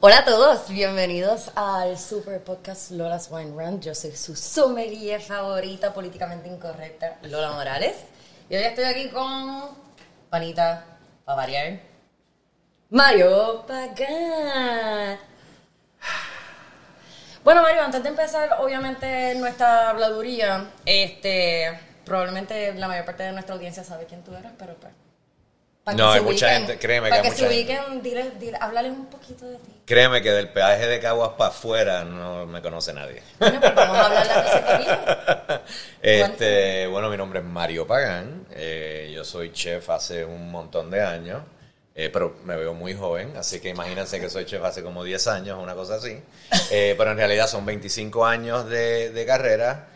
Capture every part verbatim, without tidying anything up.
Hola a todos, bienvenidos al super podcast Lola's Wine Run. Yo soy su sommelier favorita, políticamente incorrecta, Lola Morales. Y hoy estoy aquí con panita, para variar, Mario Pagán. Bueno, Mario, antes de empezar, obviamente, nuestra habladuría, este, probablemente la mayor parte de nuestra audiencia sabe quién tú eres, pero pues... No, hay mucha gente, créeme que hay mucha gente. Para que se ubiquen, dile, dile, háblales un poquito de ti. Créeme que del peaje de Caguas para afuera no me conoce nadie. Bueno, pues vamos a hablar de la receta. Este, bueno, mi nombre es Mario Pagán. Eh, yo soy chef hace un montón de años, eh, pero me veo muy joven, así que imagínense que soy chef hace como diez años, una cosa así. Eh, pero en realidad son veinticinco años de, de carrera.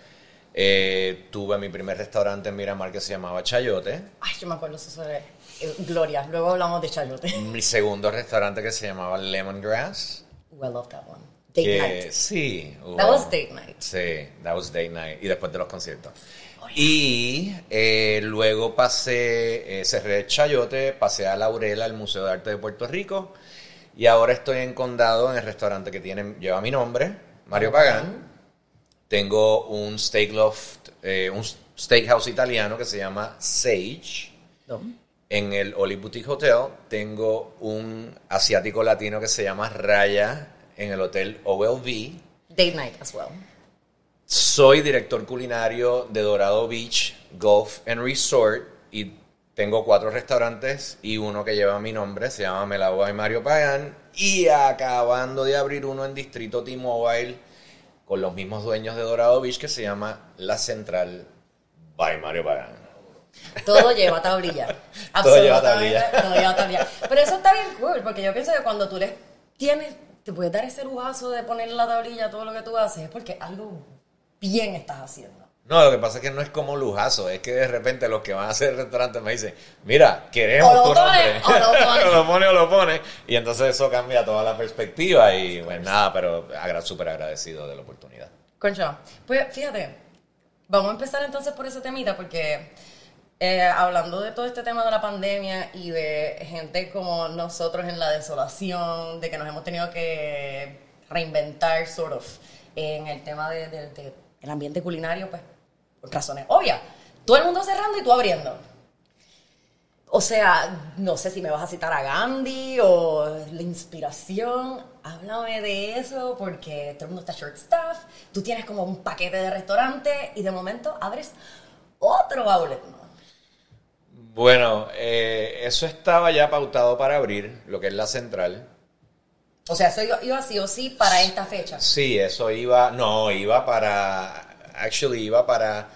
Eh, tuve mi primer restaurante en Miramar que se llamaba Chayote. Ay, yo me acuerdo eso sobre... Gloria, luego hablamos de Chayote. Mi segundo restaurante que se llamaba Lemongrass. Well, love that one. Date que, night. Sí. That wow. was date night. Sí, that was date night. Y después de los conciertos. Oh, yeah. Y eh, luego pasé, eh, cerré Chayote, pasé a Laurel, al Museo de Arte de Puerto Rico. Y ahora estoy en Condado, en el restaurante que tiene, lleva mi nombre, Mario Pagán. Tengo un steak loft, eh, un steakhouse italiano que se llama Sage. No. En el Olive Boutique Hotel tengo un asiático latino que se llama Raya en el Hotel O L V. Date night as well. Soy director culinario de Dorado Beach Golf and Resort y tengo cuatro restaurantes y uno que lleva mi nombre, se llama Melagua by Mario Pagán, y acabando de abrir uno en Distrito T-Mobile con los mismos dueños de Dorado Beach que se llama La Central by Mario Pagán. Todo lleva tablilla. Todo lleva tablilla. Todo lleva tablilla. Pero eso está bien cool, porque yo pienso que cuando tú les tienes, te puedes dar ese lujazo de poner en la tablilla todo lo que tú haces, es porque algo bien estás haciendo. No, lo que pasa es que no es como lujazo, es que de repente los que van a hacer el restaurante me dicen, mira, queremos tu nombre. O lo pone. O lo pone o lo pone. Y entonces eso cambia toda la perspectiva y pues nada, pero agra- súper agradecido de la oportunidad. Concho, pues fíjate, vamos a empezar entonces por ese temita, porque... Eh, hablando de todo este tema de la pandemia y de gente como nosotros en la desolación, de que nos hemos tenido que reinventar, sort of, en el tema de, de, de, del ambiente culinario, pues, por razones obvias. Todo el mundo cerrando y tú abriendo. O sea, no sé si me vas a citar a Gandhi o la inspiración. Háblame de eso, porque todo el mundo está short staff, tú tienes como un paquete de restaurante y de momento abres otro outlet, ¿no? Bueno, eh, eso estaba ya pautado para abrir, lo que es la central. O sea, eso iba, iba sí o sí para esta fecha. Sí, eso iba, no, iba para, actually iba para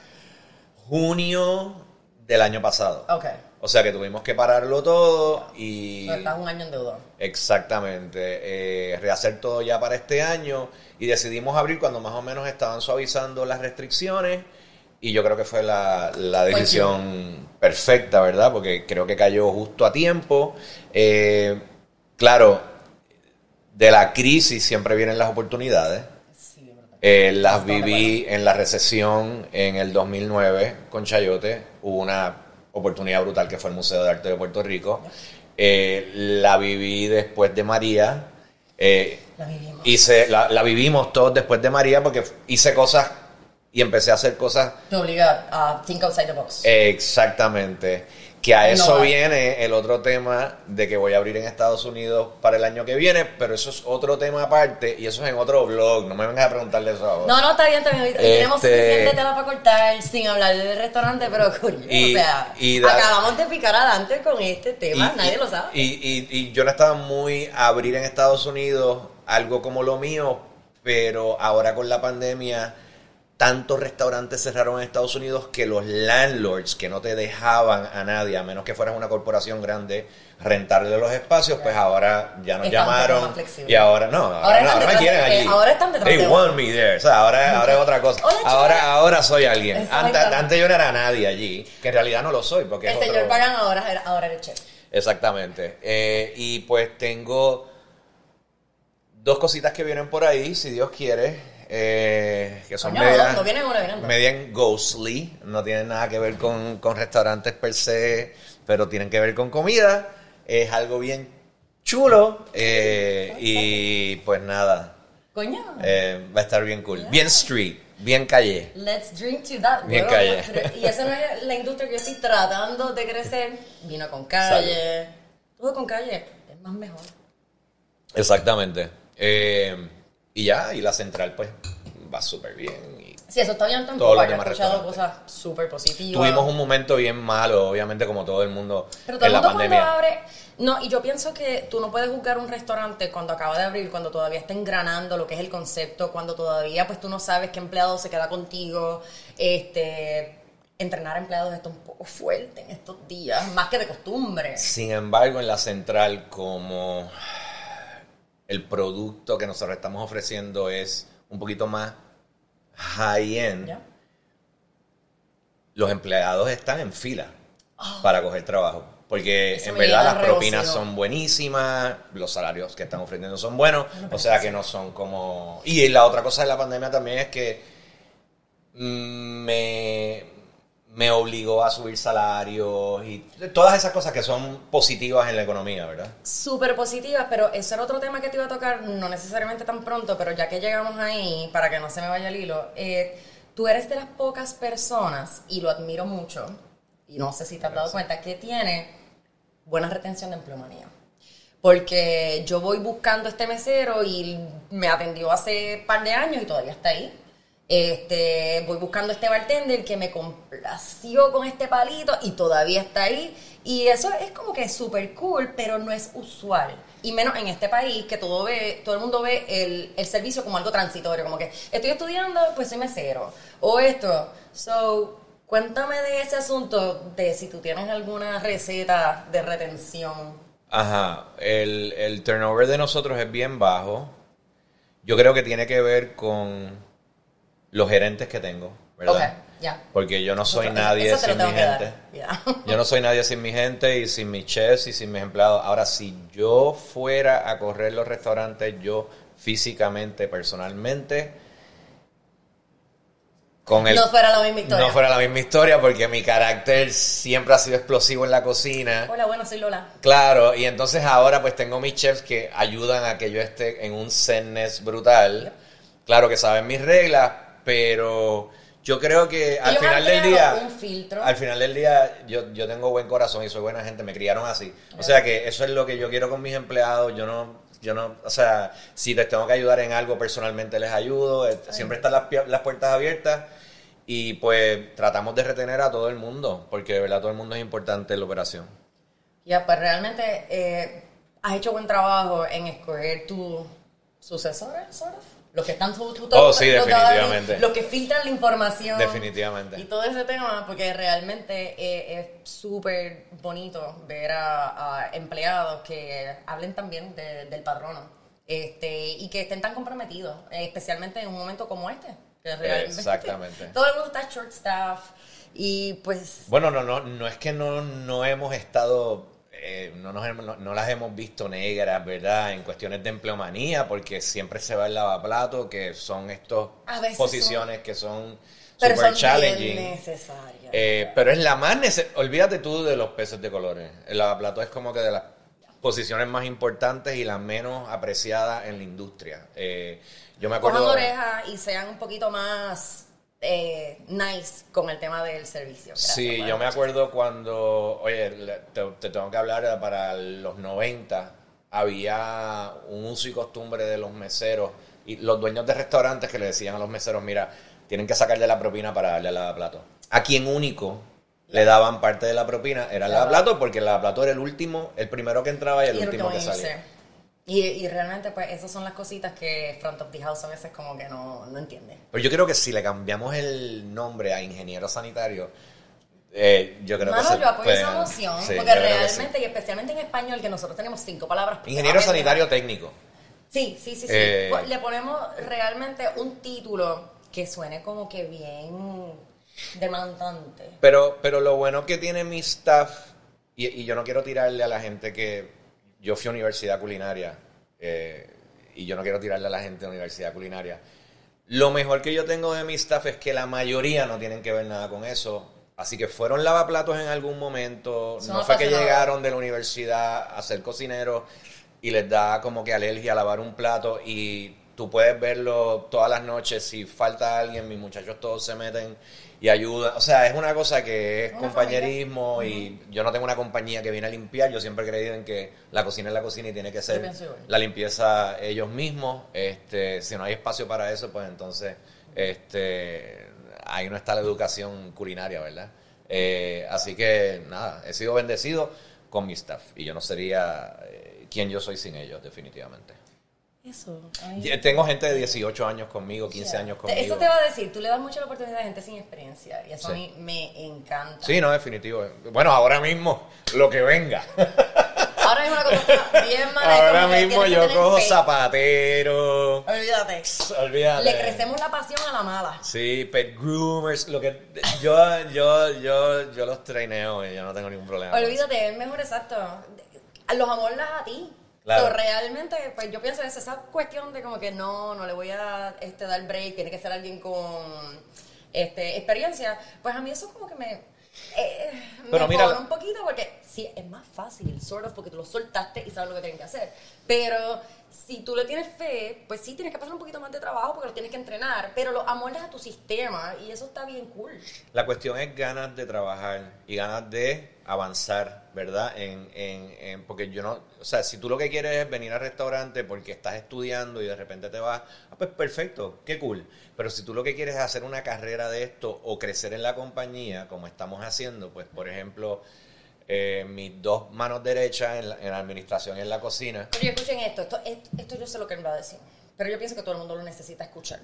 junio del año pasado. Ok. O sea que tuvimos que pararlo todo y... So, estás un año en deuda. Exactamente, eh, rehacer todo ya para este año y decidimos abrir cuando más o menos estaban suavizando las restricciones. Y yo creo que fue la, la decisión perfecta, ¿verdad? Porque creo que cayó justo a tiempo. Eh, claro, de la crisis siempre vienen las oportunidades. Sí, eh, las viví en la recesión en el dos mil nueve con Chayote. Hubo una oportunidad brutal que fue el Museo de Arte de Puerto Rico. Eh, la viví después de María. Eh, la vivimos. Hice, la, la vivimos todos después de María porque hice cosas... Y empecé a hacer cosas... Te obliga a think outside the box. Exactamente. Que a eso no, viene el otro tema de que voy a abrir en Estados Unidos para el año que viene, pero eso es otro tema aparte y eso es en otro blog. No me vengas a preguntarle eso ahora. No, no, está bien, está bien. Este... Tenemos suficiente tela para cortar sin hablar del restaurante, pero coño, y, o sea, y da... acabamos de picar adelante con este tema, y, nadie y, lo sabe. Y, y, y yo no estaba muy a abrir en Estados Unidos algo como lo mío, pero ahora con la pandemia... Tantos restaurantes cerraron en Estados Unidos que los landlords que no te dejaban a nadie, a menos que fueras una corporación grande, rentarle los espacios, pues ahora ya nos están llamaron y ahora no, ahora, ahora, no, ahora me quieren allí. Ahora están detrás They de want me there. O sea, ahora, ahora es otra cosa. Hola, ahora, ahora soy alguien. Antes, Exacto. antes yo no era nadie allí, que en realidad no lo soy. Porque El es señor otro... Pagán ahora, ahora eres chef. Exactamente. Eh, y pues tengo dos cositas que vienen por ahí, si Dios quiere. Eh, que son Coño, media, no vienen una, vienen dos. media en ghostly, no tienen nada que ver con, con restaurantes per se, pero tienen que ver con comida. Es algo bien chulo. Eh, y pues nada. Coño. Eh, va a estar bien cool. Yeah. Bien street, bien calle. Let's drink to that. Bien bueno, calle. Pero, y esa no es la industria que yo estoy tratando de crecer. Vino con calle. Salud. Todo con calle. Es más mejor. Exactamente. Eh, y ya, y la central pues va súper bien. Y sí, eso está bien tampoco. He escuchado cosas súper positivas. Tuvimos un momento bien malo, obviamente, como todo el mundo. Pero todo en el mundo la pandemia. Cuando abre. No, y yo pienso que tú no puedes juzgar un restaurante cuando acaba de abrir, cuando todavía está engranando lo que es el concepto, cuando todavía pues tú no sabes qué empleado se queda contigo. Este, entrenar a empleados está un poco fuerte en estos días, más que de costumbre. Sin embargo, en la central, como el producto que nosotros estamos ofreciendo es un poquito más high-end, ¿ya? Los empleados están en fila oh. para coger trabajo. Porque Eso en verdad las propinas son buenísimas, los salarios que están ofreciendo son buenos, o sea que no son como... Y la otra cosa de la pandemia también es que me, me obligó a subir salarios y todas esas cosas que son positivas en la economía, ¿verdad? Súper positivas, pero ese era otro tema que te iba a tocar, no necesariamente tan pronto, pero ya que llegamos ahí, para que no se me vaya el hilo, eh, tú eres de las pocas personas, y lo admiro mucho, y no sé si te has dado cuenta, que tiene buena retención de empleomanía. Porque yo voy buscando este mesero y me atendió hace un par de años y todavía está ahí. Este, voy buscando este bartender que me complació con este palito y todavía está ahí. Y eso es como que súper cool, pero no es usual. Y menos en este país que todo ve, todo el mundo ve el, el servicio como algo transitorio. Como que estoy estudiando, pues soy mesero. O esto. So... Cuéntame de ese asunto, de si tú tienes alguna receta de retención. Ajá, el, el turnover de nosotros es bien bajo. Yo creo que tiene que ver con los gerentes que tengo, ¿verdad? Okay, ya. Yeah. Porque yo no soy eso, nadie eso sin mi gente. Yeah. Yo no soy nadie sin mi gente y sin mis chefs y sin mis empleados. Ahora, si yo fuera a correr los restaurantes, yo físicamente, personalmente... Con el, no fuera la misma historia. No fuera la misma historia porque mi carácter siempre ha sido explosivo en la cocina. Hola, bueno, soy Lola. Claro, y entonces ahora pues tengo mis chefs que ayudan a que yo esté en un zeness brutal. Yep. Claro que saben mis reglas, pero yo creo que al Ellos final del día... un filtro. Al final del día yo, yo tengo buen corazón y soy buena gente, me criaron así. Yep. O sea que eso es lo que yo quiero con mis empleados, yo no... Yo no, o sea, si les tengo que ayudar en algo personalmente les ayudo, Ay. siempre están las, las puertas abiertas y pues tratamos de retener a todo el mundo, porque de verdad todo el mundo es importante en la operación. Ya, yeah, pues realmente eh, has hecho buen trabajo en escoger tus sucesores, sort of? Los que están tu, tu, tu, oh, sí, los definitivamente. Los que filtran la información. Definitivamente. Y todo ese tema, porque realmente eh, es súper bonito ver a, a empleados que hablen también de, del patrono este, y que estén tan comprometidos, eh, especialmente en un momento como este. Que realmente, exactamente. Todo el mundo está short staff y pues... Bueno, no, no, no es que no, no hemos estado... Eh, no, nos hemos, no, no las hemos visto negras, ¿verdad? En cuestiones de empleomanía, porque siempre se va el lavaplato, que son estas posiciones son, que son pero super son challenging. Bien necesarias. Eh, pero es la más necesaria. Olvídate tú de los peces de colores. El lavaplato es como que de las posiciones más importantes y las menos apreciadas en la industria. Eh, yo me acuerdo... Cojan orejas y sean un poquito más... Eh, nice con el tema del servicio. Gracias, sí, yo me acuerdo cuando, oye, te, te tengo que hablar, para los noventa había un uso y costumbre de los meseros y los dueños de restaurantes que le decían a los meseros, mira, tienen que sacar de la propina para darle al lavaplato. A quien único le daban parte de la propina era el lavaplato, porque el lavaplato era el último, el primero que entraba y el, y el último que salía. Y, y realmente, pues, esas son las cositas que Front of the House a veces como que no, no entiende. Pero yo creo que si le cambiamos el nombre a ingeniero sanitario, eh, yo creo Mano, que... yo apoyo pues, esa moción, sí, porque realmente, sí. Y especialmente en español, que nosotros tenemos cinco palabras... Ingeniero sanitario técnico. Sí, sí, sí, sí. Eh, le ponemos realmente un título que suene como que bien demandante. Pero, pero lo bueno que tiene mi staff, y, y yo no quiero tirarle a la gente que... Yo fui a universidad culinaria eh, y yo no quiero tirarle a la gente de universidad culinaria. Lo mejor que yo tengo de mi staff es que la mayoría no tienen que ver nada con eso. Así que fueron lavaplatos en algún momento. Son no fue que llegaron de la universidad a ser cocineros. y les da como que alergia a lavar un plato y tú puedes verlo todas las noches. Si falta alguien, mis muchachos todos se meten y ayudan. O sea, es una cosa que es Una compañerismo familia. y yo no tengo una compañía que viene a limpiar. Yo siempre he creído en que la cocina es la cocina y tiene que ser pienso igual. la limpieza ellos mismos. Este, si no hay espacio para eso, pues entonces este, ahí no está la educación culinaria, ¿verdad? Eh, así que nada, he sido bendecido con mi staff y yo no sería eh, quien yo soy sin ellos, definitivamente. Eso. Ay. Ya tengo gente de dieciocho años conmigo, quince Yeah. años conmigo. Eso te va a decir, tú le das mucho la oportunidad a gente sin experiencia y eso Sí. a mí me encanta. Sí, no, definitivo. Bueno, ahora mismo, lo que venga. Ahora mismo la cosa está bien mala. y Ahora como que mismo tienes que yo tener cojo fe. zapatero. Olvídate. Olvídate. Le crecemos la pasión a la mala. Sí, pet groomers, lo que yo, yo, yo, yo los traineo y yo no tengo ningún problema. con eso. Olvídate, es mejor exacto. Los amorlas a ti. Claro. So, realmente, pues yo pienso eso, esa cuestión de como que no, no le voy a este, dar break, tiene que ser alguien con este, experiencia, pues a mí eso como que me, eh, Pero me mira, jode un poquito porque sí, es más fácil, sort of, porque tú lo soltaste y sabes lo que tienen que hacer. Pero si tú le tienes fe, pues sí, tienes que pasar un poquito más de trabajo porque lo tienes que entrenar, pero lo amoldas a tu sistema y eso está bien cool. La cuestión es ganas de trabajar y ganas de avanzar, ¿verdad? En, en, en, porque yo no, o sea, si tú lo que quieres es venir al restaurante porque estás estudiando y de repente te vas, ah, pues perfecto, qué cool. Pero si tú lo que quieres es hacer una carrera de esto o crecer en la compañía, como estamos haciendo, pues por ejemplo, eh, mis dos manos derechas en la, en la administración y en la cocina. Pero yo escuchen esto, esto, esto, esto yo sé lo que él va a decir, pero yo pienso que todo el mundo lo necesita escuchar.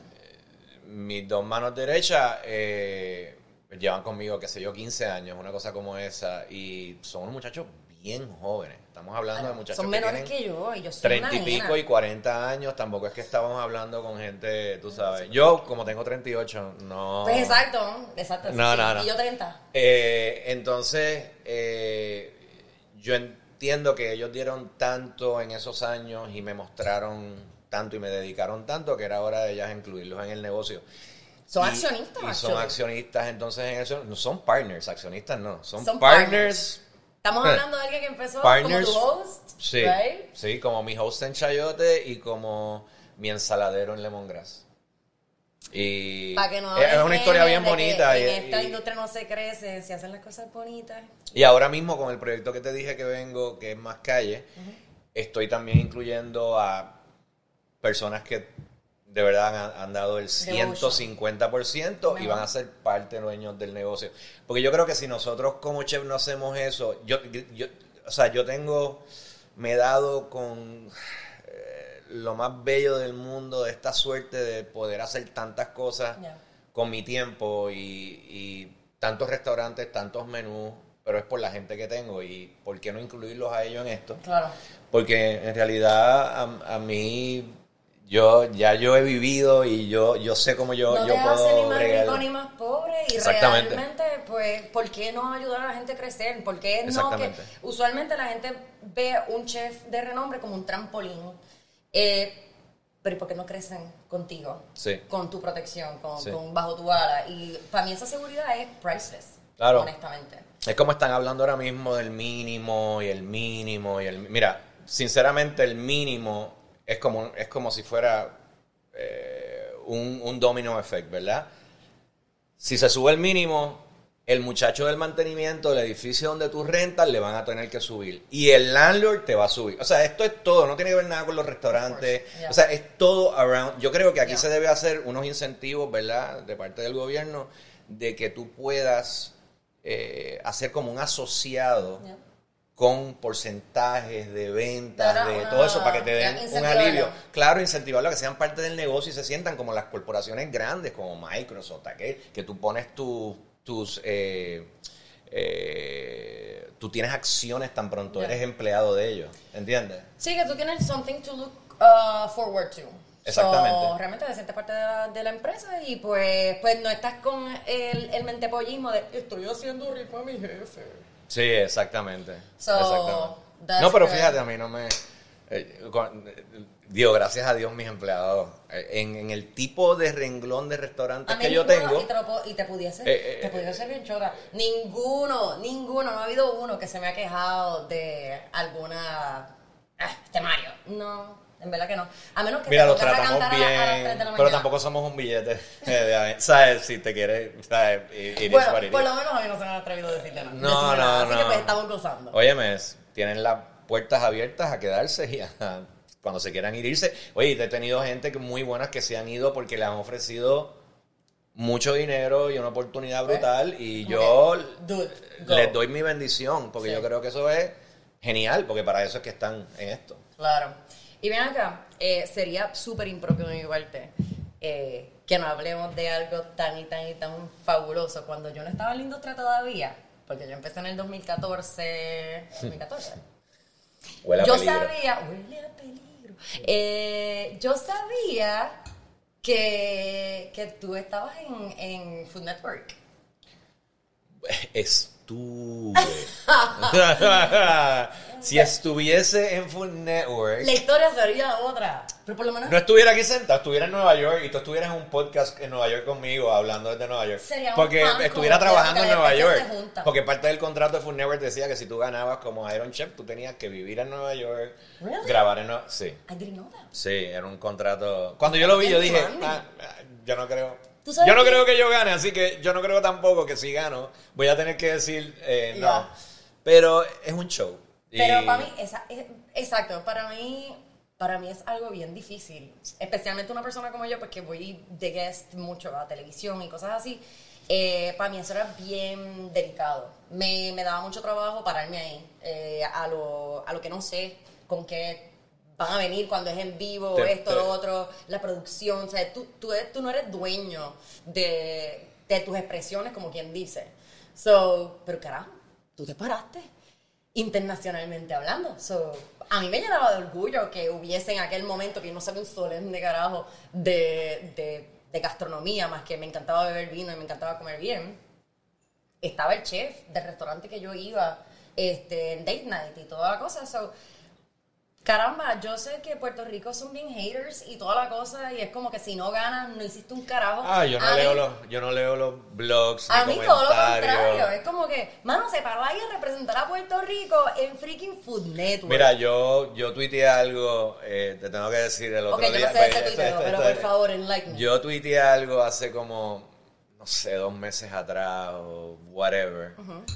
Mis dos manos derechas eh, llevan conmigo, qué sé yo, quince años, una cosa como esa, y son unos muchachos bien jóvenes. Estamos hablando Claro, de muchachos son que menores tienen que yo y yo soy treinta una y pico nena. y cuarenta años. Tampoco es que estábamos hablando con gente, tú sabes. Yo, como tengo treinta y ocho, no... Pues exacto, exacto. No, sí, no, sí. no. Y yo treinta. Eh, entonces, eh, yo entiendo que ellos dieron tanto en esos años y me mostraron tanto y me dedicaron tanto que era hora de ellas incluirlos en el negocio. Son Y- accionistas, Y son actually. accionistas, entonces en eso, no son partners, accionistas no, son, Son partners. Estamos Eh, hablando de alguien que empezó partners, como tu host, Sí, right? sí, como mi host en Chayote y como mi ensaladero en Lemongrass. Y Para que no es una dejen historia bien de que bonita. Y, en esta y- industria no se crece, si hacen las cosas bonitas. y ahora mismo con el proyecto que te dije que vengo, que es Más Calle, estoy también incluyendo a personas que de verdad han, han dado el ciento cincuenta por ciento y van a ser parte dueños del negocio. Porque yo creo que si nosotros como chef no hacemos eso, yo, yo o sea, yo tengo, me he dado con eh, lo más bello del mundo, de esta suerte de poder hacer tantas cosas Yeah. con mi tiempo y, y tantos restaurantes, tantos menús, pero es por la gente que tengo y por qué no incluirlos a ellos en esto. Claro. Porque en realidad a, a mí, yo ya yo he vivido y yo, yo sé cómo yo, No yo te hace puedo ni más bregar. rico ni más pobre y Exactamente. realmente, pues, ¿por qué no ayudar a la gente a crecer? ¿Por qué no que Exactamente. usualmente la gente ve un chef de renombre como un trampolín? Eh, pero ¿y por qué no crecen contigo? Sí. Con tu protección, con, Sí. con bajo tu ala. Y para mí esa seguridad es priceless, Claro. honestamente. Es como están hablando ahora mismo del mínimo y el mínimo y el... Mira, sinceramente el mínimo es como, es como si fuera eh, un, un domino effect, ¿verdad? Si se sube el mínimo, el muchacho del mantenimiento del edificio donde tú rentas le van a tener que subir. Y el landlord te va a subir. O sea, esto es todo. No tiene que ver nada con los restaurantes. Of course, yeah. O sea, es todo around. Yo creo que aquí Yeah. se debe hacer unos incentivos, ¿verdad? De parte del gobierno, de que tú puedas eh, hacer como un asociado Yeah. con porcentajes de ventas, Dar de una- todo eso, para que te den ya, un incentivarlo. alivio. Claro, incentivarlo a que sean parte del negocio y se sientan como las corporaciones grandes, como Microsoft, aquel, que tú pones tu, tus... Eh, eh, tú tienes acciones tan pronto Ya. eres empleado de ellos, ¿entiendes? Sí, que tú tienes something to look uh, forward to. Exactamente. So, realmente te sientes parte de la, de la empresa y pues, pues no estás con el, el mentepollismo de estoy haciendo rico a mi jefe. Sí, exactamente. So, exactamente. that's No, pero good. fíjate, a mí no me... eh, con- eh, digo, gracias a Dios mis empleados, eh, en, en el tipo de renglón de restaurantes A que mí yo ninguno, tengo... Y te, lo puedo- y te pudiese, Eh, eh, te pudiese ser bien chota. Ninguno, ninguno, no ha habido uno que se me ha quejado de alguna ah, este Mario. No, en verdad que no. A menos que Mira, te los pongas a tratamos cantar a, la- a las tres bien, de la pero mañana. tampoco somos un billete. eh, de- ¿Sabes? Si te quieres, ¿sabes? It is Bueno, what it por is. lo menos a mí no se me ha atrevido a decirle nada. No, decirme nada, no, así no. que pues estamos gozando. Óyeme, es- tienen las puertas abiertas a quedarse y a, cuando se quieran ir, irse. Oye, he tenido gente que muy buenas que se han ido porque le han ofrecido mucho dinero y una oportunidad brutal y Como yo que, dude, go. les doy mi bendición porque Sí. yo creo que eso es genial porque para eso es que están en esto. Claro. Y ven acá, eh, sería súper impropio de mi parte eh, que no hablemos de algo tan y tan y tan fabuloso cuando yo no estaba en la industria todavía, porque yo empecé en el dos mil catorce. dos mil catorce. Huele a Yo peligro. sabía, huele a peligro. Eh, yo sabía que, que tú estabas en, en Food Network. Estuve. Si estuviese en Food Network, La historia sería otra, pero por lo menos no estuviera aquí sentado, estuviera en Nueva York y tú estuvieras en un podcast en Nueva York conmigo, hablando desde Nueva York. Sería un Porque fan estuviera como trabajando que en Nueva las York. especies se juntan. Porque parte del contrato de Food Network decía que si tú ganabas como Iron Chef, tú tenías que vivir en Nueva York, Really? grabar en Nueva York. Sí, I didn't know that. sí, era un contrato. Cuando yo lo vi, yo dije, Money. ah, ah, yo no creo. ¿Tú sabes Yo no qué? creo que yo gane, así que yo no creo tampoco que si gano, voy a tener que decir eh, no. Ya. Pero es un show. Pero Y- para mí, esa, es- exacto, para mí, para mí es algo bien difícil. Especialmente una persona como yo, porque voy de guest mucho a televisión y cosas así. Eh, para mí eso era bien delicado. Me, me daba mucho trabajo pararme ahí, eh, a, lo, a lo que no sé, con qué van a venir cuando es en vivo, Te- esto, te- lo otro, la producción. O sea, tú, tú, eres- tú no eres dueño de, de tus expresiones, como quien dice. So, pero carajo, tú te paraste internacionalmente hablando. So, a mí me llenaba de orgullo que hubiese en aquel momento, que yo no sabía un solemne carajo de, de, de gastronomía, más que me encantaba beber vino y me encantaba comer bien. Estaba el chef del restaurante que yo iba este, en date night y toda la cosa. So, caramba, yo sé que Puerto Rico son bien haters y toda la cosa, y es como que si no ganas, no hiciste un carajo. Ah, yo no A leo mí- los, yo no leo los blogs, a ni mí todo lo comentarios. contrario, es como que, mano, se paró ahí a representar a Puerto Rico en freaking Food Network. Mira, yo, yo tuiteé algo, eh, te tengo que decir el otro ok, yo día. no sé de ese pues, esto- tuiteo, esto- pero esto- por favor, enlighten me. Yo tuiteé algo hace como, no sé, dos meses atrás o whatever.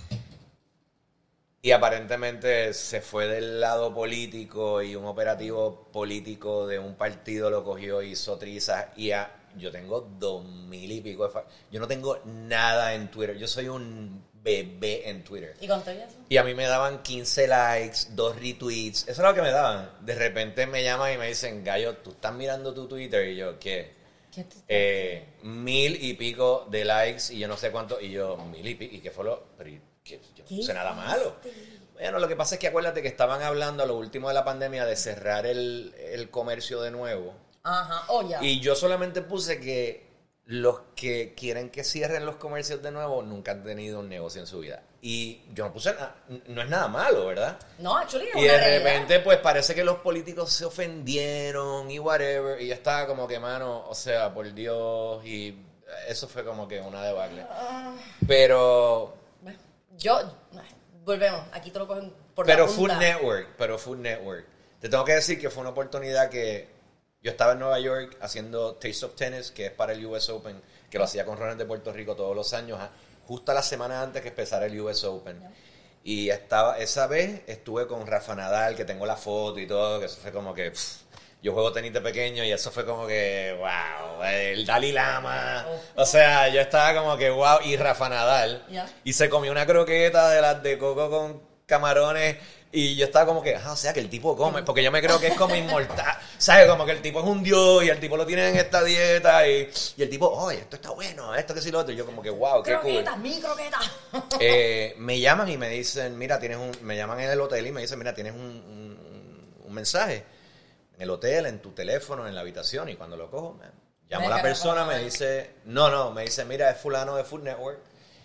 Y aparentemente se fue del lado político y un operativo político de un partido lo cogió, hizo trizas y a- yo tengo dos mil y pico de fa- Yo no tengo nada en Twitter. Yo soy un bebé en Twitter. ¿Y con todo eso? Y a mí me daban quince likes, dos retweets. Eso es lo que me daban. De repente me llaman y me dicen, Gallo, ¿tú estás mirando tu Twitter? Y yo, ¿qué? ¿Qué tú- Eh, mil y pico de likes y yo no sé cuánto. Y yo, mil y pico. ¿Y qué fue lo...? Pero, ¿y qué? Yo no ¿Qué puse nada hiciste? malo. Bueno, lo que pasa es que acuérdate que estaban hablando a lo último de la pandemia de cerrar el, el comercio de nuevo. Ajá, oh, ya. Y yo solamente puse que los que quieren que cierren los comercios de nuevo nunca han tenido un negocio en su vida. Y yo no puse nada, no es nada malo, ¿verdad? No, actually, es Y una de realidad. repente, pues parece que los políticos se ofendieron y whatever. Y yo estaba como que, mano, o sea, por Dios. Y eso fue como que una debacle. Ah, Pero, bueno, yo, volvemos, aquí te lo cogen por pero la Food punta. Network, pero Food Network. Te tengo que decir que fue una oportunidad que yo estaba en Nueva York haciendo Taste of Tennis, que es para el U S Open, que lo hacía con Ronald de Puerto Rico todos los años, ah, justo la semana antes que empezara el U S Open. Ya. Y estaba, esa vez estuve con Rafa Nadal, que tengo la foto y todo, que eso fue como que pff, yo juego tenis de pequeño y eso fue como que wow, el Dalai Lama. O sea, yo estaba como que wow, y Rafa Nadal. Ya. Y se comió una croqueta de las de coco con camarones. Y yo estaba como que, ah, o sea, que el tipo come, porque yo me creo que es como inmortal, ¿sabes? Como que el tipo es un dios y el tipo lo tiene en esta dieta y, y el tipo, oye, esto está bueno, esto que sí lo otro. Y yo como que, wow, qué cool. Croquetas, mi croqueta. Eh, me llaman y me dicen, mira, tienes un, me llaman en el hotel y me dicen, mira, tienes un, un, un mensaje en el hotel, en tu teléfono, en la habitación. Y cuando lo cojo, me llamo a la Venga, persona, vamos a me ver. dice, no, no, me dice, mira, es fulano de Food Network.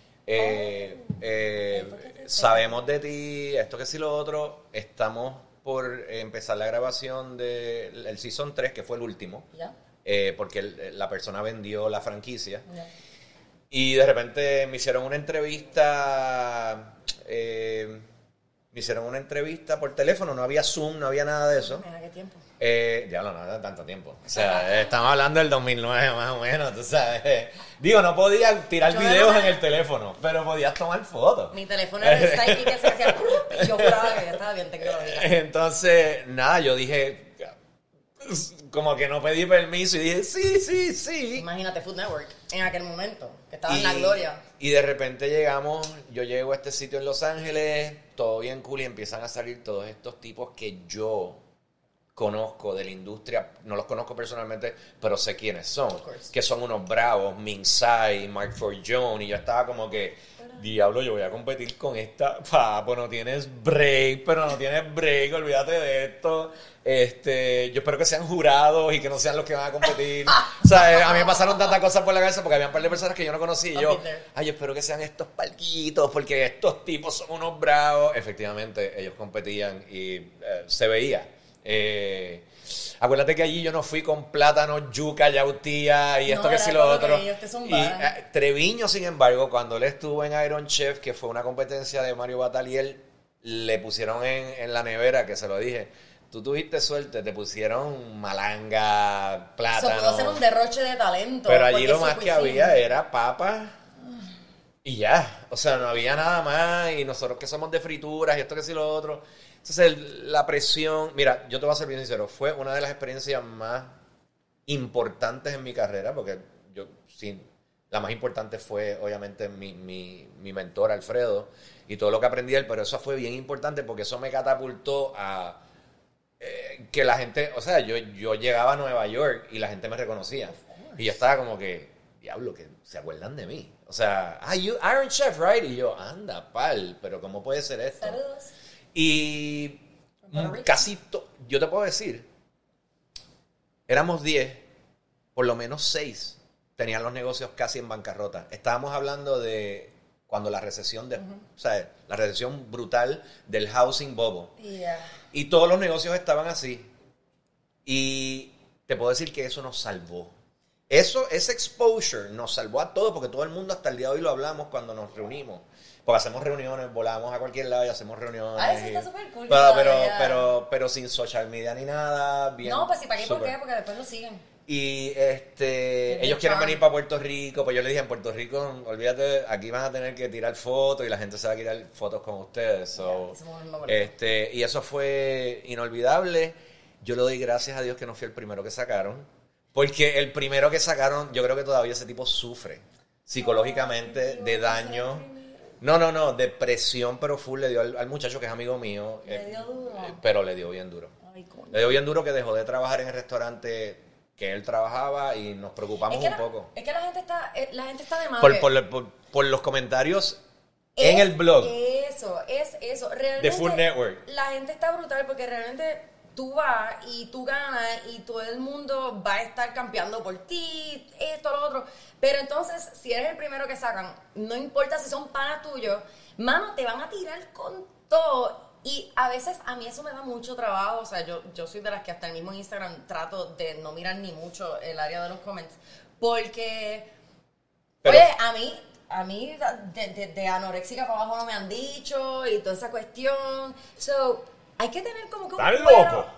Eh, eh, sabemos de ti, esto que sí lo otro, estamos por empezar la grabación del el Season tres, que fue el último, Ya, eh, porque el- la persona vendió la franquicia. ya. Y de repente me hicieron una entrevista, eh, me me hicieron una entrevista por teléfono, no había Zoom, no había nada de eso. Mira, ¿qué tiempo? Eh, diablo, no era tanto tiempo. O sea, estamos hablando del dos mil nueve más o menos, tú sabes. Digo, no podía tirar Yo videos era- en el teléfono, pero podías tomar fotos. Mi teléfono era el Psyche que se hacía y yo juraba que ya estaba bien tecnológica. Entonces, nada, yo dije, como que no pedí permiso y dije, sí, sí, sí. Imagínate Food Network en aquel momento, que estaba Y, en la gloria. y de repente llegamos, yo llego a este sitio en Los Ángeles, todo bien cool y empiezan a salir todos estos tipos que yo conozco de la industria, no los conozco personalmente, pero sé quiénes son, Of course. que son unos bravos, Ming Tsai, Mark Forgione, y yo estaba como que, diablo, yo voy a competir con esta, papo, no tienes break, pero no tienes break, olvídate de esto, este, yo espero que sean jurados y que no sean los que van a competir, o sea, a mí me pasaron tantas cosas por la cabeza porque había un par de personas que yo no conocía y yo, I'll be there. ay, yo espero que sean estos palquitos porque estos tipos son unos bravos, efectivamente, ellos competían y eh, se veía. Eh, acuérdate que allí yo no fui con plátano, yuca, yautía y No, esto que era sí lo como otro. que ellos te Y zumbaran. eh, Treviño, sin embargo, cuando él estuvo en Iron Chef, que fue una competencia de Mario Bataliel, le pusieron en, en la nevera, que se lo dije, tú tuviste suerte, te pusieron malanga, Eso plátano. pudo ser un derroche de talento. Pero allí porque lo su más que cuisine- había era papa y ya. O sea, no había nada más. Y nosotros que somos de frituras y esto que sí lo otro. Entonces, el- la presión. Mira, yo te voy a ser bien sincero. Fue una de las experiencias más importantes en mi carrera. Porque yo, sí, la más importante fue, obviamente, mi, mi, mi mentor, Alfredo. Y todo lo que aprendí de él. Pero eso fue bien importante porque eso me catapultó a. Eh, que la gente, o sea, yo, yo llegaba a Nueva York y la gente me reconocía. Y yo estaba como que, diablo, que se acuerdan de mí. O sea, ah, you Iron Chef, right? Y yo, anda, pal, pero ¿cómo puede ser esto? Saludos. Y Puerto Rico. casi, to- yo te puedo decir, éramos diez, por lo menos seis tenían los negocios casi en bancarrota. Estábamos hablando de cuando la recesión, de, o sea, la recesión brutal del housing bubble. Yeah. Y todos los negocios estaban así. Y te puedo decir que eso nos salvó. Eso, ese exposure nos salvó a todos porque todo el mundo hasta el día de hoy lo hablamos cuando nos reunimos. Porque hacemos reuniones, volamos a cualquier lado y hacemos reuniones. Ah, eso y- está súper cool, Pero, ya, pero, ya. pero, pero sin social media ni nada. Bien, No, pues sí, ¿para qué? ¿Por súper. qué? Porque después lo siguen. Y este, Qué ellos quieren charm. venir para Puerto Rico, pues yo les dije, en Puerto Rico, olvídate, aquí van a tener que tirar fotos y la gente se va a tirar fotos con ustedes. So, Ya, somos el nombre. este, y eso fue inolvidable. Yo le doy gracias a Dios que no fui el primero que sacaron, porque el primero que sacaron, yo creo que todavía ese tipo sufre psicológicamente de daño. No, no, no, de presión, pero full le dio al, al muchacho que es amigo mío. Le eh, dio duro. eh, pero le dio bien duro. Ay, coño. Le dio bien duro que dejó de trabajar en el restaurante que él trabajaba y nos preocupamos Es que, un la, poco. es que la gente está, eh, la gente está de madre. Por, por, por- por los comentarios Es en el blog Eso, es eso. Realmente, de Food Network. La gente está brutal porque realmente tú vas y tú ganas y todo el mundo va a estar campeando por ti, esto, lo otro. Pero entonces, si eres el primero que sacan, no importa si son panas tuyos, mano, te van a tirar con todo. Y a veces a mí eso me da mucho trabajo. O sea, yo, yo soy de las que hasta el mismo Instagram trato de no mirar ni mucho el área de los comments. Porque, Pero- oye, a mí, a mí de, de, de anoréxica para abajo no me han dicho y toda esa cuestión. So, hay que tener como que un ¿Están cuero- locos?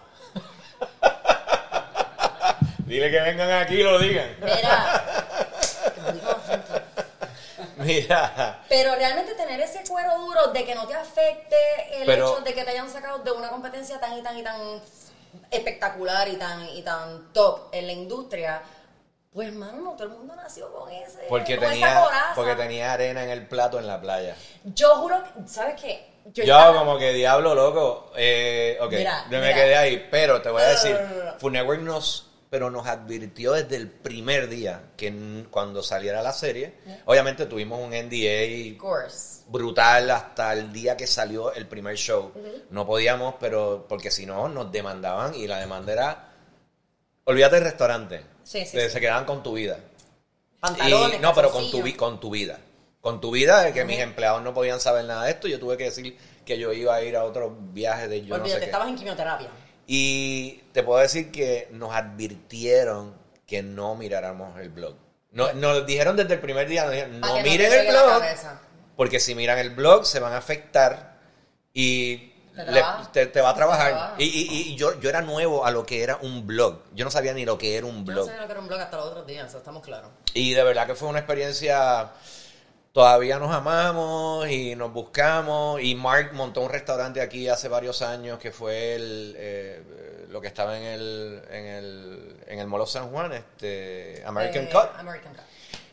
Dile que vengan aquí y lo digan. Mira, que lo digo frente. Mira, Pero realmente tener ese cuero duro de que no te afecte el Pero- hecho de que te hayan sacado de una competencia tan y tan y tan espectacular y tan y tan top en la industria, pues mano, no todo el mundo nació con ese porque con esa tenía, coraza. porque tenía arena en el plato en la playa. Yo juro, que- ¿sabes qué? Yo estaba- como que diablo loco. Eh, ok, Mira, yo me mira. quedé ahí, pero te voy a No, decir, no, no, no. Food Network nos, pero nos advirtió desde el primer día que n- cuando saliera la serie, obviamente tuvimos un N D Of A course. brutal hasta el día que salió el primer show. No podíamos, pero porque si no nos demandaban y la demanda era, olvídate del restaurante, Sí, sí, se, sí. se quedaban con tu vida. Pantalones, Y- no, pero con tu, calzoncillos. vi- con tu vida. Con tu vida, de que mis empleados no podían saber nada de esto, yo tuve que decir que yo iba a ir a otro viaje de yo Olvídate, no sé qué. estabas en quimioterapia. Y te puedo decir que nos advirtieron que no miráramos el blog. No, nos dijeron desde el primer día, nos dijeron, Para no que no miren te el llegue la blog, cabeza. porque si miran el blog se van a afectar. Y Te, le- trabaja. te, te va a Te trabajar. trabaja. Y, y, y yo, yo era nuevo a lo que era un blog. Yo no sabía ni lo que era un Yo no blog. sabía lo que era un blog hasta los otros días, eso estamos claros. Y de verdad que fue una experiencia. Todavía nos amamos y nos buscamos. Y Mark montó un restaurante aquí hace varios años que fue el, eh, lo que estaba en el, en el, en el Mall of San Juan, este, American Eh, Cut. American Cut.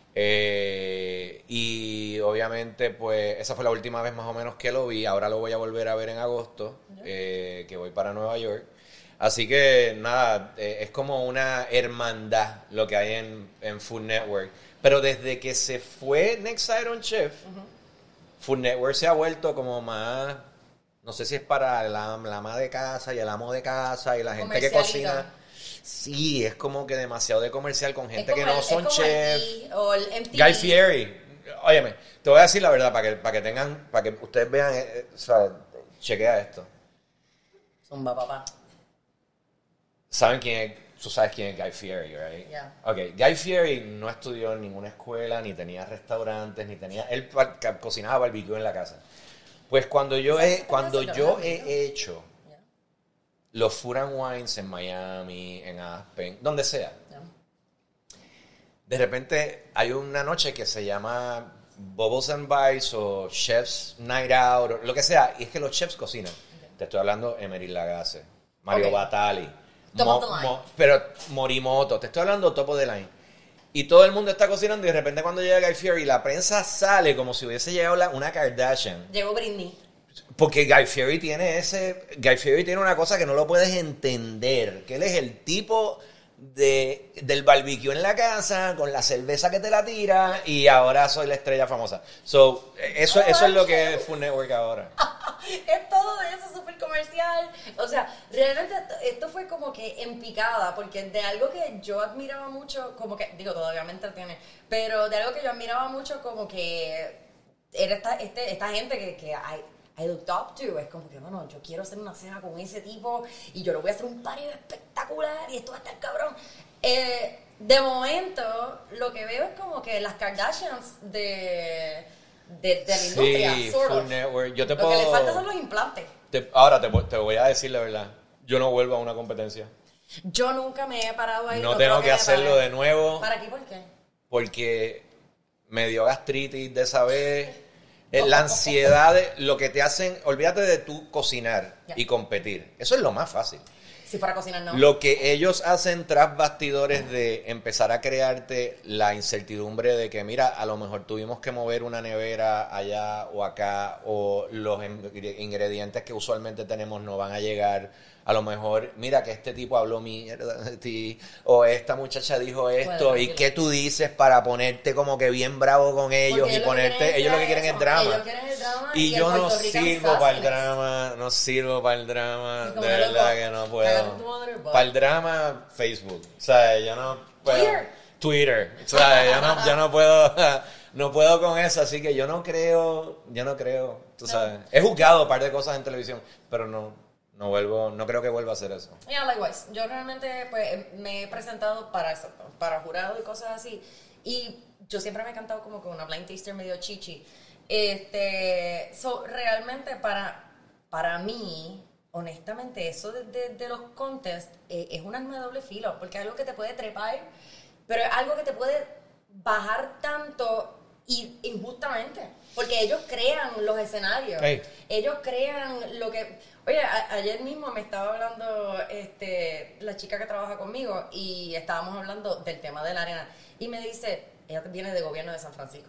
Eh, y obviamente, pues, esa fue la última vez más o menos que lo vi. Ahora lo voy a volver a ver en agosto, eh, que voy para Nueva York. Así que, nada, eh, es como una hermandad lo que hay en, en Food Network. Pero desde que se fue Next Iron Chef, Ujú. Food Network se ha vuelto como más, no sé si es para la, la ama de casa y el amo de casa y la gente que Comercialito. cocina. Sí, es como que demasiado de comercial con gente Es que como no el- son es como el chefs. E! O el M T V. Guy Fieri, óyeme, te voy a decir la verdad para que, para que tengan, para que ustedes vean, eh, eh, o sea, chequea esto. Zumba, papá. ¿Saben quién es? Tú sabes quién es Guy Fieri, right? Yeah. Ok, Guy Fieri no estudió en ninguna escuela, ni tenía restaurantes, ni tenía, él pa- ca- cocinaba barbecue en la casa. Pues cuando yo he, cuando yo he hecho Yeah. los Food and Wines en Miami, en Aspen, donde sea, Yeah. de repente hay una noche que se llama Bubbles and Bites o Chef's Night Out, o lo que sea, y es que los chefs cocinan. Te estoy hablando Emery Lagasse, Mario Ok. Batali, Top Mo- of the line. Mo- pero Morimoto, te estoy hablando top of the line. Y todo el mundo está cocinando y de repente cuando llega Guy Fieri la prensa sale como si hubiese llegado la- una Kardashian. Llegó Britney. Porque Guy Fieri tiene ese. Guy Fieri tiene una cosa que no lo puedes entender. Que él es el tipo de, del barbecue en la casa, con la cerveza que te la tira, y ahora soy la estrella famosa. So, eso, eso es lo que es Food Network ahora. Es todo de eso, súper comercial. O sea, realmente esto, esto fue como que en picada, porque de algo que yo admiraba mucho, como que, digo, todavía me entretiene, pero de algo que yo admiraba mucho, como que era esta, este, esta gente que, que I, I looked up to. Es como que, bueno, yo quiero hacer una cena con ese tipo y yo le voy a hacer un party espectacular y esto va a estar cabrón. Eh, de momento, lo que veo es como que las Kardashians de, de, de la industria, Sí, sort Food of. Network. Yo te Lo puedo. que le falta son los implantes. te- ahora te, voy- te voy a decir la verdad. Yo no vuelvo a una competencia. Yo nunca me he parado ahí. No lo tengo creo que me hacerlo paré. de nuevo. ¿Para qué? ¿Por qué? Porque me dio gastritis de esa vez. Eh, La ansiedad de lo que te hacen, olvídate de tú cocinar Ya. y competir. Eso es lo más fácil. Si fuera a cocinar, no. Lo que ellos hacen tras bastidores de empezar a crearte la incertidumbre de que, mira, a lo mejor tuvimos que mover una nevera allá o acá, o los ingre- ingredientes que usualmente tenemos no van a llegar. A lo mejor, mira que este tipo habló mierda de ti, o esta muchacha dijo esto, Bueno, y qué tú dices para ponerte como que bien bravo con ellos Porque y ellos lo que ponerte, quieren ellos lo que es quieren es eso. drama. Ellos quieren el drama Y y el yo no Puerto Rican sirvo para el sassiness. drama, no sirvo para el drama, Y de como verdad loco, que no cagar puedo. en tu madre, Para el drama, Facebook. O sea, yo no puedo. Twitter. Twitter. O sea, yo no, yo no puedo, no puedo con eso, así que yo no creo, yo no creo, tú No. sabes. He juzgado un par de cosas en televisión, pero no, no vuelvo, no creo que vuelva a hacer eso. Yeah, likewise. Yo realmente pues, me he presentado para eso, para jurado y cosas así. Y yo siempre me he cantado como con una blind taster medio chichi. Este, so, realmente para, para mí, honestamente, eso de, de- de los contests eh, es un arma de doble filo, porque es algo que te puede trepar, pero es algo que te puede bajar tanto y injustamente, porque ellos crean los escenarios. Hey. Ellos crean lo que... Oye, a- ayer mismo me estaba hablando este, la chica que trabaja conmigo y estábamos hablando del tema de la arena. Y me dice, ella viene del gobierno de San Francisco.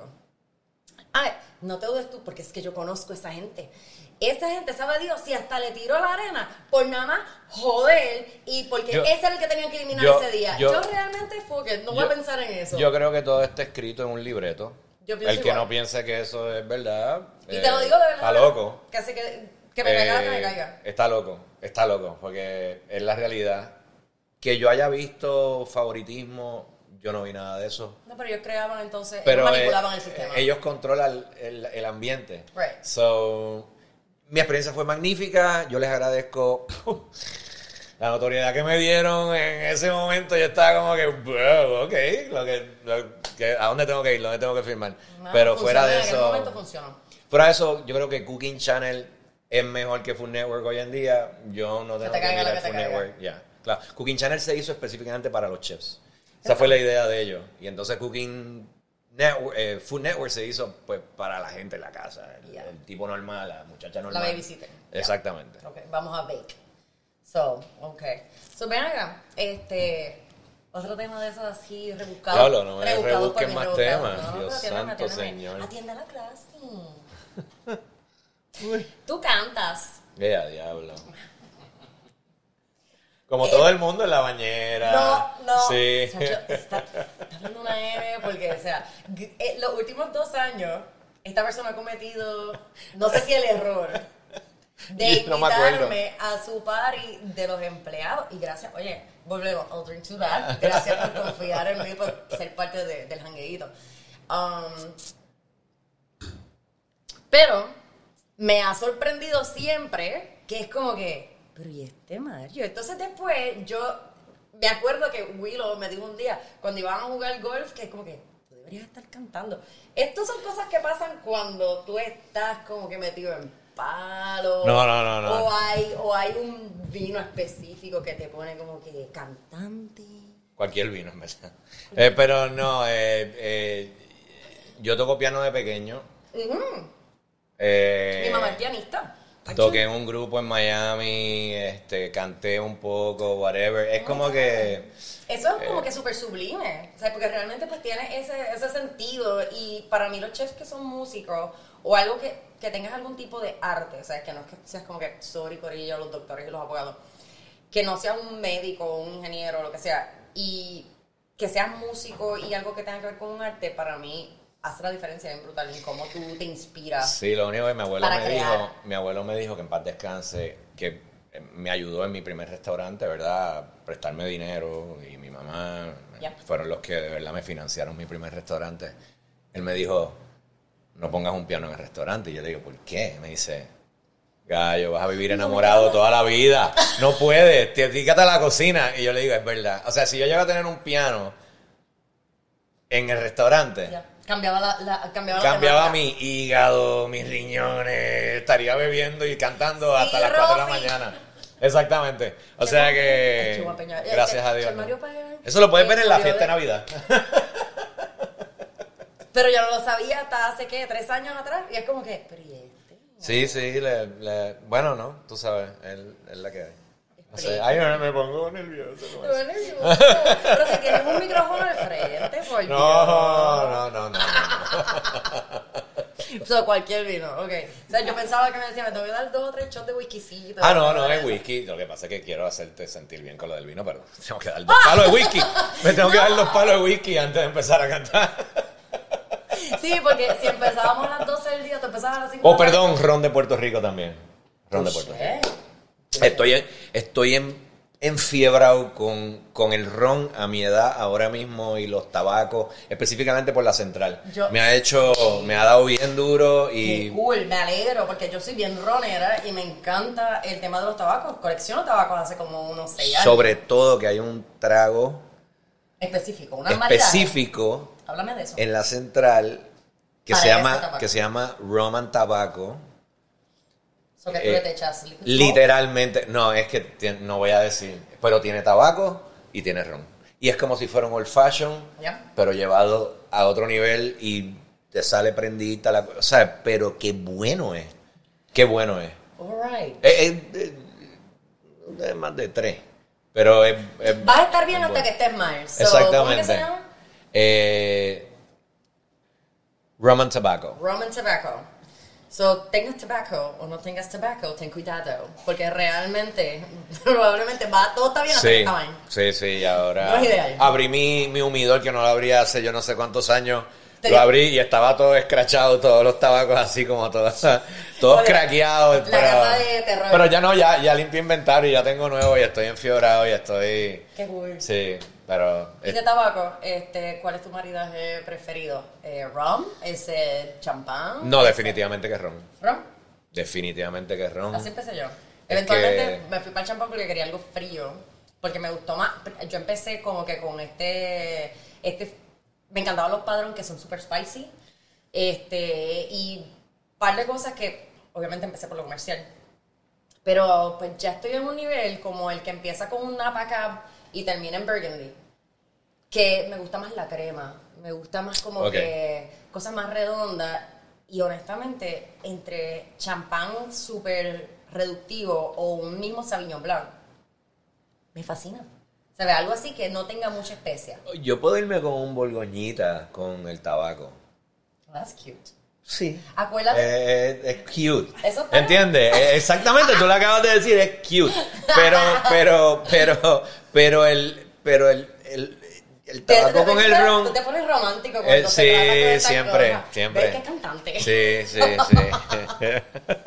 Ay, no te dudes tú, porque es que yo conozco a esa gente. Esa gente, sabe Dios, si hasta le tiró la arena por nada más joder y porque Yo- ese era el que tenían que eliminar yo- ese día. yo- Yo, realmente, fuck it, no voy yo- a pensar en eso. Yo creo que todo está escrito en un libreto. Yo pienso El que igual. no piense que eso es verdad, y eh, te lo digo de verdad. está loco. Que hace que, que me caiga la que me Eh, caiga. Está loco, está loco, porque es la realidad. Que yo haya visto favoritismo, yo no vi nada de eso. No, pero ellos creaban entonces, Pero ellos eh, manipulaban el sistema. ellos controlan el, el ambiente. Right. So, mi experiencia fue magnífica, yo les agradezco la notoriedad que me dieron en ese momento. Yo estaba como que, "Wow, ok, lo que, lo que- ¿a dónde tengo que ir? ¿Dónde tengo que firmar?" No, Pero funcionó, fuera de en aquel eso... momento funcionó. Fuera de eso, yo creo que Cooking Channel es mejor que Food Network hoy en día, yo no tengo te que caiga lo mirar que te Food caiga. Network. Ya, claro. Cooking Channel se hizo específicamente para los chefs. Esa fue la idea de ellos. Y entonces Cooking Network, eh, Food Network se hizo pues para la gente en la casa, el, Yeah. el tipo normal, la muchacha La normal. babysitter. Exactamente. Yeah. Ok, vamos a bake. So, ok. So, ven acá, este... Otro tema de esos así, rebuscado. Diablo, no me rebuscado rebusques por mí, más rebuscado. temas, No, no, Dios pero atiéndeme, santo, atiéndeme. señor. Atiende a la clase. Tú cantas. Ya, diablo. Como todo el mundo en la bañera. No, no. Sí. Chacho, está, está hablando una M porque, o sea, g- eh, los últimos dos años, esta persona ha cometido, no sé si el error, de Yo no me acuerdo. invitarme a su party de los empleados. Y gracias, oye, volvemos, I'll drink to that. Gracias por confiar en mí, por ser parte de- del jangueíto. Um, pero me ha sorprendido siempre que es como que, pero ¿y este Mario? Entonces después yo me acuerdo que Willow me dijo un día, cuando iban a jugar golf, que es como que, tú deberías estar cantando. Estas son cosas que pasan cuando tú estás como que metido en palo. No, no, no, no. O hay, o hay un vino específico que te pone como que cantante. Cualquier vino, en verdad. Eh, pero no, eh, eh, yo toco piano de pequeño. Ujú. Eh, Mi mamá es pianista. Toqué en un grupo en Miami, este, canté un poco, whatever. Es como que... Eso es como Eh. que súper sublime, o sea, porque realmente pues tiene ese, ese sentido y para mí los chefs que son músicos o algo que, que tengas algún tipo de arte, o sea, que no es que seas como que sorry, corillo, los doctores y los abogados, que no seas un médico, un ingeniero, lo que sea, y que seas músico y algo que tenga que ver con un arte, para mí hace la diferencia bien brutal en cómo tú te inspiras. Sí, lo único que mi abuelo Para me crear. dijo, mi abuelo me dijo que en paz descanse, que eh, me ayudó en mi primer restaurante, ¿verdad? A prestarme dinero y mi mamá Ya. fueron los que de verdad me financiaron mi primer restaurante. Él me dijo, no pongas un piano en el restaurante. Y yo le digo, ¿por qué? Me dice, gallo, vas a vivir enamorado toda la vida. No puedes, te dedícate a la cocina. Y yo le digo, es verdad. O sea, si yo llego a tener un piano en el restaurante, Ya. Cambiaba la, la, cambiaba la cambiaba temática. mi hígado, mis riñones, estaría bebiendo y cantando Sí, hasta las cuatro de la Rosy. mañana. Exactamente. O Qué sea bueno. que, Qué guapa, peña. gracias Eh, a que- Dios. que Mario ¿no? Pagan, Eso lo puedes eh, ver en la murió fiesta de de- Navidad. Pero yo no lo sabía hasta hace, ¿qué? Tres años atrás. Y es como que, pero ¿y este? Sí, sí, le, le- bueno, no, tú sabes, es, es la que hay. No sé, Frío. ay, me, me pongo nervioso. con Te eso. pone nervioso. Pero si tienes un micrófono al frente, por Dios. No, no, no, no, no. O sea, cualquier vino, ok. O sea, yo pensaba que me decía, me tengo que dar dos o tres shots de whiskycito. Ah, no, no, es whisky. Lo que pasa es que quiero hacerte sentir bien con lo del vino, pero tengo que dar dos palos de whisky. Me tengo que dar dos palos de whisky antes de empezar a cantar. Sí, porque si empezábamos a las doce del día, tú empezabas a las cinco. Oh, perdón, ron de Puerto Rico también. Ron de Puerto Rico. Estoy, en- estoy en, enfiebrado con, con el ron a mi edad ahora mismo y los tabacos, específicamente por la central. Yo- me ha hecho, me ha dado bien duro Qué y... cool, me alegro, porque yo soy bien ronera y me encanta el tema de los tabacos. Colecciono tabacos hace como unos seis años. Sobre todo que hay un trago Específico, una maridaje. específico Háblame de eso. en la central que Para se ese llama tabaco. que se llama rum and tobacco. So que tú eh, le te echas liquid gold. Literalmente, no, es que tiene- no voy a decir, pero tiene tabaco y tiene ron. Y es como si fuera un old fashion, Ya. pero llevado a otro nivel y te sale prendita la cosa. O sea, pero qué bueno es. Qué bueno es. Alright. Es, es- es- es más de tres. Pero es, es- Vas a estar bien es hasta que bueno. estés mal. So, Exactamente. ¿Cómo es que se llama? Eh, rum and tobacco. Rum and tobacco. So, tengas tobacco o no tengas tobacco, ten cuidado. Porque realmente, probablemente va, todo está bien hasta que Sí, está mal. sí, sí, ahora No es ideal. abrí mi, mi humidor que no lo abrí hace yo no sé cuántos años. Te- Lo abrí y estaba todo escrachado, todos los tabacos así como todos, todos Oye, craqueados. la pero, casa de terror. pero ya no, ya, ya limpié inventario y ya tengo nuevo y estoy enfiebrado y estoy... Qué cool. Sí, pero... Y de tabaco, este, ¿cuál es tu maridaje preferido? Eh, ¿Rum? ¿Es eh, champán? No, definitivamente que es ron. ¿Rum? Definitivamente que es ron. Así empecé yo. Es Eventualmente que- me fui para el champán porque quería algo frío. Porque me gustó más. Yo empecé como que con este. este me encantaban los padrón que son super spicy. Este. Y un par de cosas que. Obviamente empecé por lo comercial. Pero pues ya estoy en un nivel como el que empieza con un Napa Cab y termina en Burgundy. Que me gusta más la crema, me gusta más como okay. que cosas más redondas. Y honestamente, entre champán súper reductivo o un mismo Sauvignon Blanc, me fascina. O sea, algo así que no tenga mucha especia. Yo puedo irme con un borgoñita con el tabaco. That's cute. Sí. Acuérdate. Eh, es cute. Eso está ¿Entiendes? Exactamente, tú lo acabas de decir, es cute. Pero, pero, pero, pero el, pero el, el, el tabaco te, te, con te, el te, ron. Tú te pones romántico cuando Eh, se sí, trata con esta siempre, cosa. siempre. ¿Ves que es cantante? Sí, sí, sí.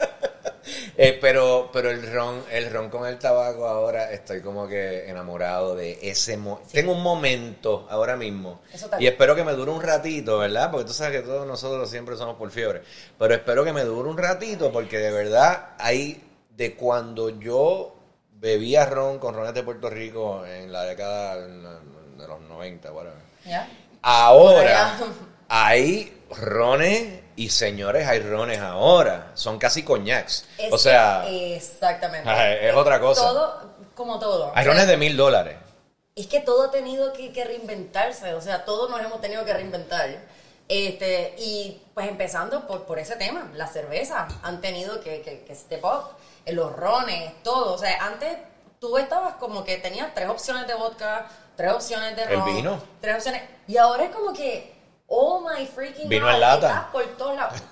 eh, pero, pero el ron, el ron con el tabaco ahora estoy como que enamorado de ese mo- sí. Tengo un momento ahora mismo y espero que me dure un ratito, ¿verdad? Porque tú sabes que todos nosotros siempre somos por fiebre, pero espero que me dure un ratito porque de verdad hay de cuando yo bebía ron con rones de Puerto Rico en la década de los noventa, whatever. ¿Ya? Ahora hay rones y señores, hay rones ahora. Son casi coñacs. Es o sea... Exactamente. Es otra cosa. Todo, como todo. Hay rones de mil dólares. Es que todo ha tenido que, que reinventarse. O sea, todos nos hemos tenido que reinventar. Este, y pues empezando por, por ese tema. Las cervezas han tenido que, que, que step up. Los rones, todo. O sea, antes tú estabas como que tenías tres opciones de vodka, tres opciones de ron. El vino. Tres opciones. Y ahora es como que... Oh my freaking Vino God. en lata. Estás por todos lados.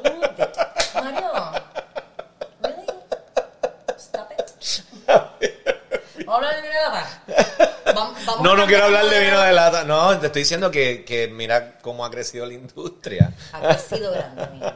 Mario. Really? Stop it. ¿Vamos a hablar de vino de lata? Vamos, vamos no, no quiero hablar de vino de lata. No, te estoy diciendo que, que mira cómo ha crecido la industria. Ha crecido grande, amigo.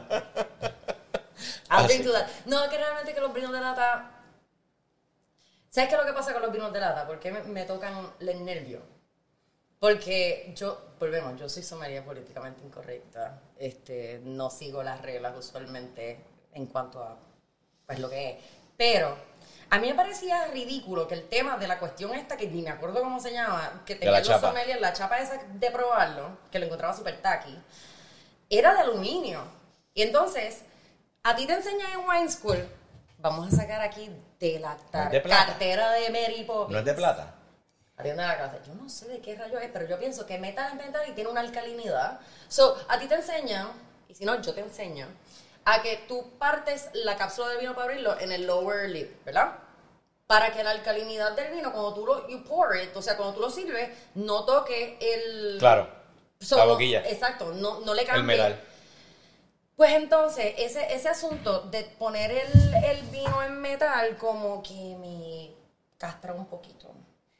I'll drink to that. No, es que realmente que los vinos de lata... ¿Sabes qué es lo que pasa con los vinos de lata? Porque me, me tocan el nervio. Porque yo, volvemos, yo soy sommelier políticamente incorrecta, este, no sigo las reglas usualmente en cuanto a pues lo que es, pero a mí me parecía ridículo que el tema de la cuestión esta, que ni me acuerdo cómo se llama, que tenía los sommeliers, la chapa esa de probarlo, que lo encontraba súper tacky, era de aluminio, y entonces, a ti te enseñan en Wine School, vamos a sacar aquí de la tar- ¿No es de cartera de Mary Poppins. ¿No es de plata? Atiende a la clase. Yo no sé de qué rayo es, pero yo pienso que metal es metal y tiene una alcalinidad. So, a ti te enseñan, y si no, yo te enseño, a que tú partes la cápsula de vino para abrirlo en el lower lip, ¿verdad? Para que la alcalinidad del vino, cuando tú lo you pour it, o sea, cuando tú lo sirves, no toque el... Claro, so, la boquilla. No, exacto, no, no le cambie. El metal. Pues entonces, ese, ese asunto de poner el, el vino en metal como que me castra un poquito.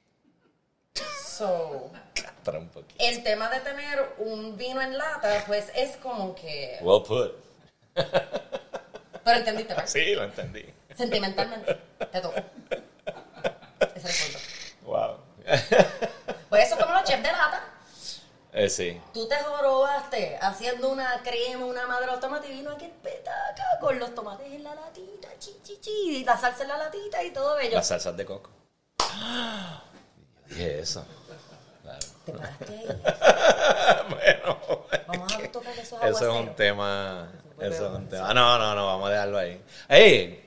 So, un poquito. el tema de tener un vino en lata, pues es como que... Well put. Pero entendiste, ¿verdad? Sí, lo entendí. Sentimentalmente, te tocó. Ese es el punto. Wow. Por eso como los chefs de lata, eh, sí. tú te jorobaste haciendo una crema, una madre de los tomates y vino aquí petaca con los tomates en la latita, chi, chi, chi, y la salsa en la latita y todo bello. Las salsas de coco. Yo dije eso. Claro. Te paraste ahí. Bueno, vamos a tocar esos eso aguaceros. es un tema. Eso es un tema. No, no, no, vamos a dejarlo ahí. ¡Ey!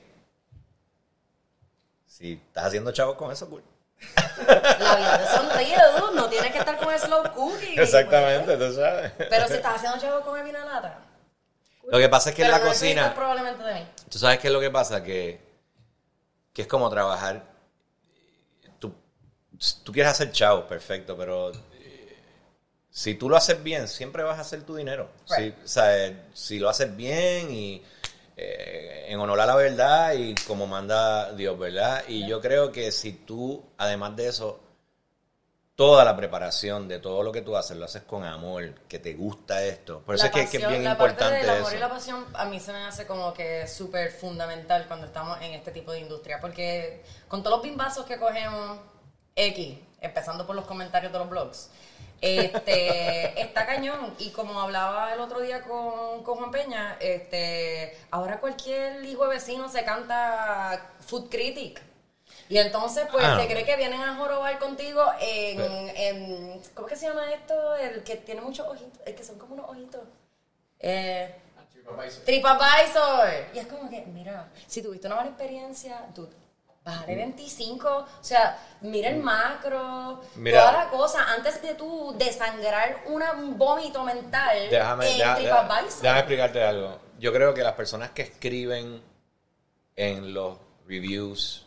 Si estás haciendo chavos con eso, cool. La vida te sonríe, dude. No tienes que estar con el slow cooking. Exactamente, tú sabes. Pero si estás haciendo chavos con el vino en lata. Lo que pasa es que Pero en la no cocina. necesitas probablemente de mí. ¿Tú sabes qué es lo que pasa? Que, que es como trabajar. Tú, tú quieres hacer chavos, perfecto, pero eh, si tú lo haces bien, siempre vas a hacer tu dinero. Right. Si, o sea, si lo haces bien y eh, en honor a la verdad y como manda Dios, ¿verdad? Y yo creo que si tú, además de eso, toda la preparación de todo lo que tú haces, lo haces con amor, que te gusta esto. Por eso La es que, pasión, que es bien la importante parte del amor eso. y la pasión a mí se me hace como que súper fundamental cuando estamos en este tipo de industria. Porque con todos los bimbazos que cogemos X, empezando por los comentarios de los blogs, este está cañón. Y como hablaba el otro día con, con Juan Peña, este ahora cualquier hijo de vecino se canta Food Critic. Y entonces, pues, Ah. se cree que vienen a jorobar contigo en, en... ¿Cómo es que se llama esto? El que tiene muchos ojitos. El que son como unos ojitos. Eh, TripAdvisor. TripAdvisor. Y es como que, mira, si tuviste una mala experiencia, tú bájale veinticinco, o sea, mira el macro, Mira, toda la cosa, antes de tú desangrar una, un vómito mental déjame, en deja- TripAdvisor. deja- déjame explicarte algo. Yo creo que las personas que escriben en los reviews,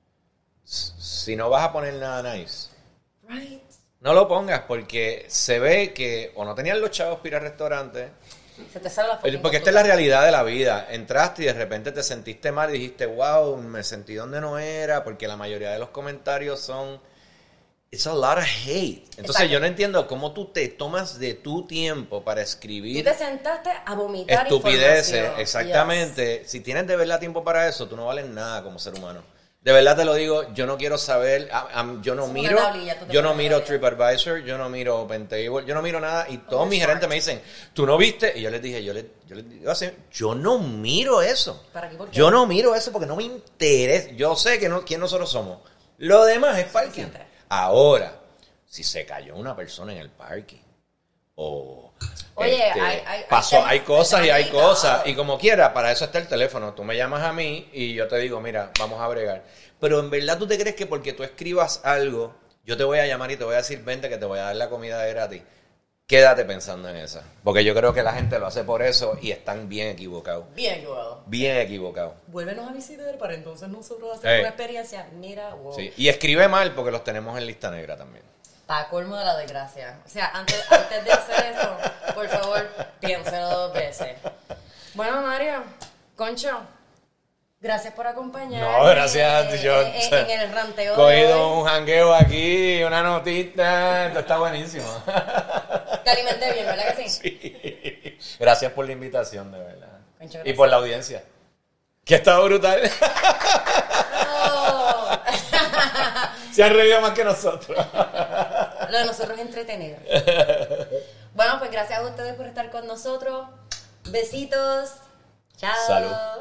s- si no vas a poner nada nice, Right. no lo pongas porque se ve que o no tenían los chavos para ir al restaurante. Se te sale la fucking Porque esta es la realidad de la vida. Entraste y de repente te sentiste mal y dijiste, wow, me sentí donde no era, porque la mayoría de los comentarios son, it's a lot of hate. Entonces Exacto. yo no entiendo cómo tú te tomas de tu tiempo para Tú escribir te sentaste a vomitar estupideces. información. Exactamente. Si tienes de verdad tiempo para eso, tú no vales nada como ser humano. De verdad te lo digo, yo no quiero saber, a- a- yo no Es una miro, tablilla, tú te yo no pones miro una tablilla. TripAdvisor, yo no miro OpenTable, yo no miro nada y todos You're mis smart. gerentes me dicen, ¿tú no viste? Y yo les dije, yo les, yo les digo así, yo no miro eso. ¿Para qué? ¿Por qué? Yo no miro eso porque no me interesa. Yo sé que no, quién nosotros somos. Lo demás es parking. Suficiente. Ahora, si se cayó una persona en el parking o Oye, este, hay- hay- pasó, hay hay temas- cosas y hay temas cosas delicados. y como quiera, para eso está el teléfono. Tú me llamas a mí y yo te digo, mira, vamos a bregar. Pero en verdad tú te crees que porque tú escribas algo, yo te voy a llamar y te voy a decir, vente que te voy a dar la comida de gratis. Quédate pensando en esa. Porque yo creo que la gente lo hace por eso y están bien equivocados. Bien equivocado. Bien equivocados. Vuélvenos a visitar para entonces nosotros hacer Ey. una experiencia. Mira, wow. Sí. Y escribe mal porque los tenemos en lista negra también. Para colmo de la desgracia. O sea, antes, antes de hacer eso, por favor, piénselo dos veces. Bueno, Mario, Concho, gracias por acompañarme. No, gracias, yo- En, en- en el ranteo de Cogido hoy. un jangueo aquí, una notita, esto está buenísimo. Te alimenté bien, ¿verdad que sí? Sí. Gracias por la invitación, de verdad. Concho, Y gracias. por la audiencia. Que ha estado brutal. Oh. Se han reído más que nosotros. Lo de nosotros es entretener. Bueno, pues gracias a ustedes por estar con nosotros. Besitos. Chao. Salud.